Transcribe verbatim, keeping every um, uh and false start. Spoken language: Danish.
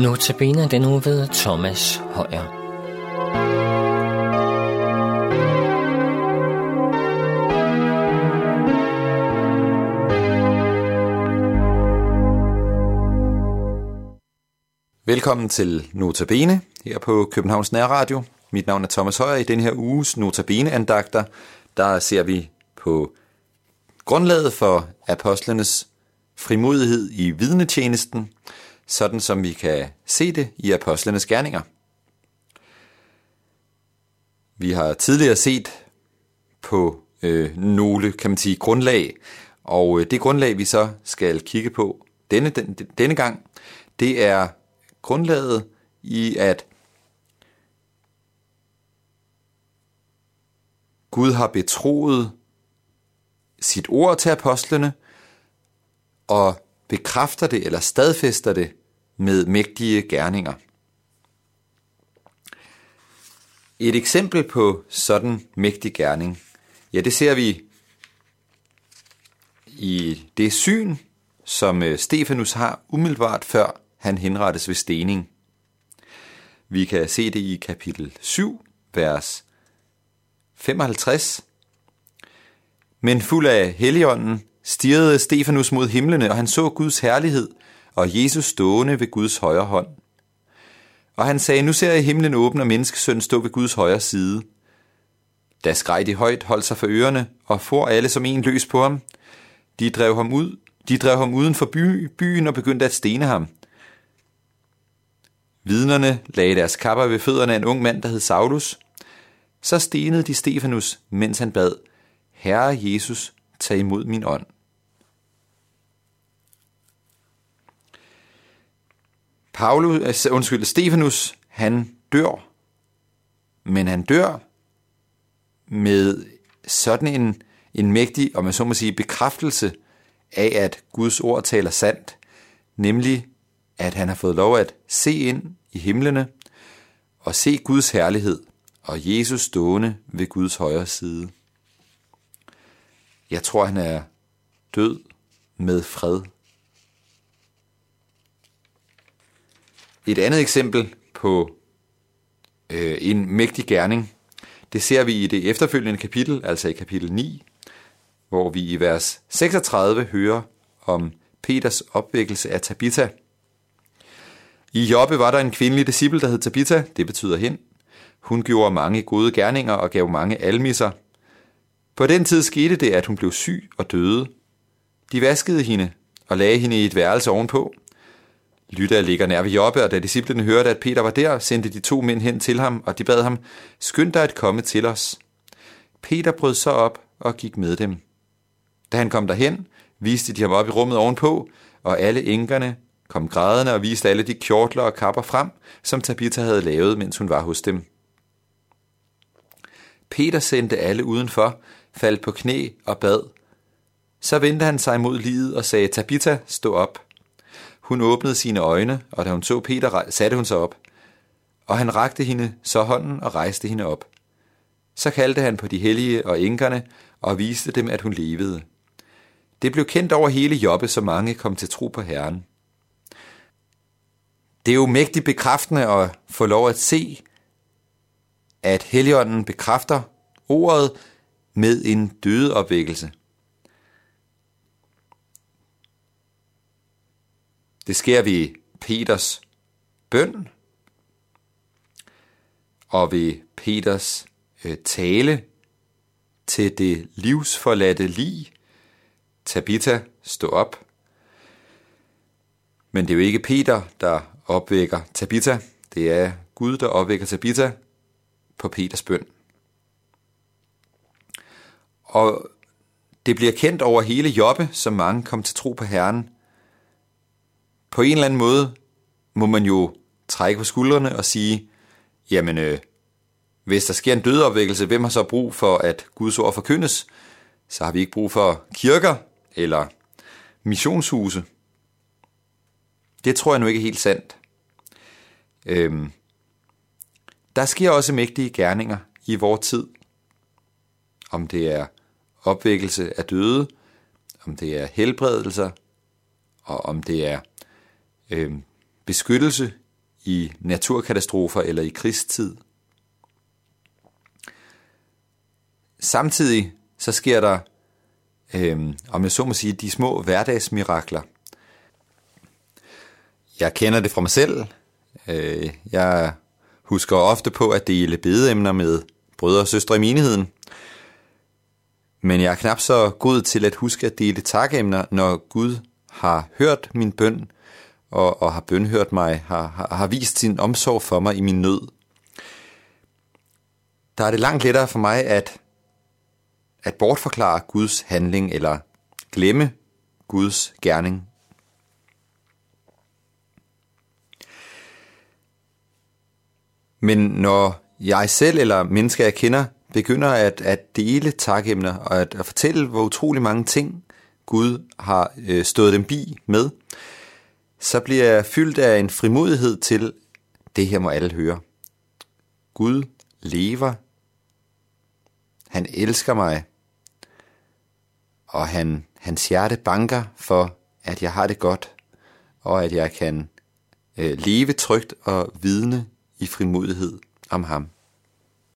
Notabene den uge ved Thomas Højer. Velkommen til Notabene her på Københavns Nærradio. Mit navn er Thomas Højer. I denne her uges Notabene-andagter, der ser vi på grundlaget for apostlenes frimodighed i vidnetjenesten, sådan som vi kan se det i apostlenes gerninger. Vi har tidligere set på øh, nogle, kan man sige, grundlag, og øh, det grundlag, vi så skal kigge på denne, den, denne gang, det er grundlaget i, at Gud har betroet sit ord til apostlene og bekræfter det eller stadfæster det med mægtige gerninger. Et eksempel på sådan mægtig gerning, ja, det ser vi i det syn, som Stefanus har umiddelbart før han henrettes ved stening. Vi kan se det i kapitel syv, vers femoghalvtreds. Men fuld af Helligånden stirrede Stefanus mod himlene, og han så Guds herlighed og Jesus stående ved Guds højre hånd. Og han sagde, nu ser jeg himlen åben og menneskesøn stå ved Guds højre side. Da skreg de højt, holdt sig for ørerne, og for alle som en løs på ham. De drev ham ud, de drev ham uden for by, byen og begyndte at stene ham. Vidnerne lagde deres kapper ved fødderne af en ung mand, der hed Saulus. Så stenede de Stefanus, mens han bad, Herre Jesus, tag imod min ånd. Paulus, undskyld, Stefanus, han dør, men han dør med sådan en, en mægtig, og man så må sige, bekræftelse af, at Guds ord taler sandt, nemlig at han har fået lov at se ind i himlene og se Guds herlighed og Jesus stående ved Guds højre side. Jeg tror, han er død med fred. Et andet eksempel på øh, en mægtig gerning, det ser vi i det efterfølgende kapitel, altså i kapitel ni, hvor vi i vers seksogtredive hører om Peters opvækkelse af Tabitha. I Joppe var der en kvindelig disciple, der hed Tabitha, det betyder hen. Hun gjorde mange gode gerninger og gav mange almisser. På den tid skete det, at hun blev syg og døde. De vaskede hende og lagde hende i et værelse ovenpå. Lydda ligger nær ved Joppe, og da disciplene hørte, at Peter var der, sendte de to mænd hen til ham, og de bad ham, skynd dig at komme til os. Peter brød så op og gik med dem. Da han kom derhen, viste de ham op i rummet ovenpå, og alle enkerne kom grædende og viste alle de kjortler og kapper frem, som Tabitha havde lavet, mens hun var hos dem. Peter sendte alle udenfor, faldt på knæ og bad. Så vendte han sig mod liget og sagde, Tabitha, stå op. Hun åbnede sine øjne, og da hun så Peter, satte hun sig op. Og han rakte hende så hånden og rejste hende op. Så kaldte han på de hellige og enkerne og viste dem, at hun levede. Det blev kendt over hele Joppe, så mange kom til tro på Herren. Det er jo mægtigt bekræftende at få lov at se, at Helligånden bekræfter ordet med en dødeopvækkelse. Det sker ved Peters bøn og ved Peters øh, tale til det livsforladte lig. Tabitha, stå op. Men det er jo ikke Peter, der opvækker Tabitha. Det er Gud, der opvækker Tabitha på Peters bøn. Og det bliver kendt over hele Joppe, så mange kom til tro på Herren. På en eller anden måde må man jo trække på skuldrene og sige, jamen øh, hvis der sker en dødeopvækkelse, hvem har så brug for, at Guds ord forkyndes? Så har vi ikke brug for kirker eller missionshuse. Det tror jeg nu ikke er helt sandt. Øhm, der sker også mægtige gerninger i vor tid. Om det er opvækkelse af døde, om det er helbredelser, og om det er øh, beskyttelse i naturkatastrofer eller i krigstid. Samtidig så sker der, øh, om jeg så må sige, de små hverdagsmirakler. Jeg kender det fra mig selv. Øh, jeg husker ofte på at dele bedeemner med brødre og søstre i menigheden. Men jeg er knap så god til at huske at dele takemner, når Gud har hørt min bøn, og, og har bønhørt mig, har, har, har vist sin omsorg for mig i min nød. Der er det langt lettere for mig at, at bortforklare Guds handling, eller glemme Guds gerning. Men når jeg selv eller mennesker jeg kender begynder at, at dele takemner og at, at fortælle, hvor utrolig mange ting Gud har øh, stået dem bi med, så bliver jeg fyldt af en frimodighed til, det her må alle høre. Gud lever. Han elsker mig. Og han, hans hjerte banker for, at jeg har det godt, og at jeg kan øh, leve trygt og vidne i frimodighed om ham.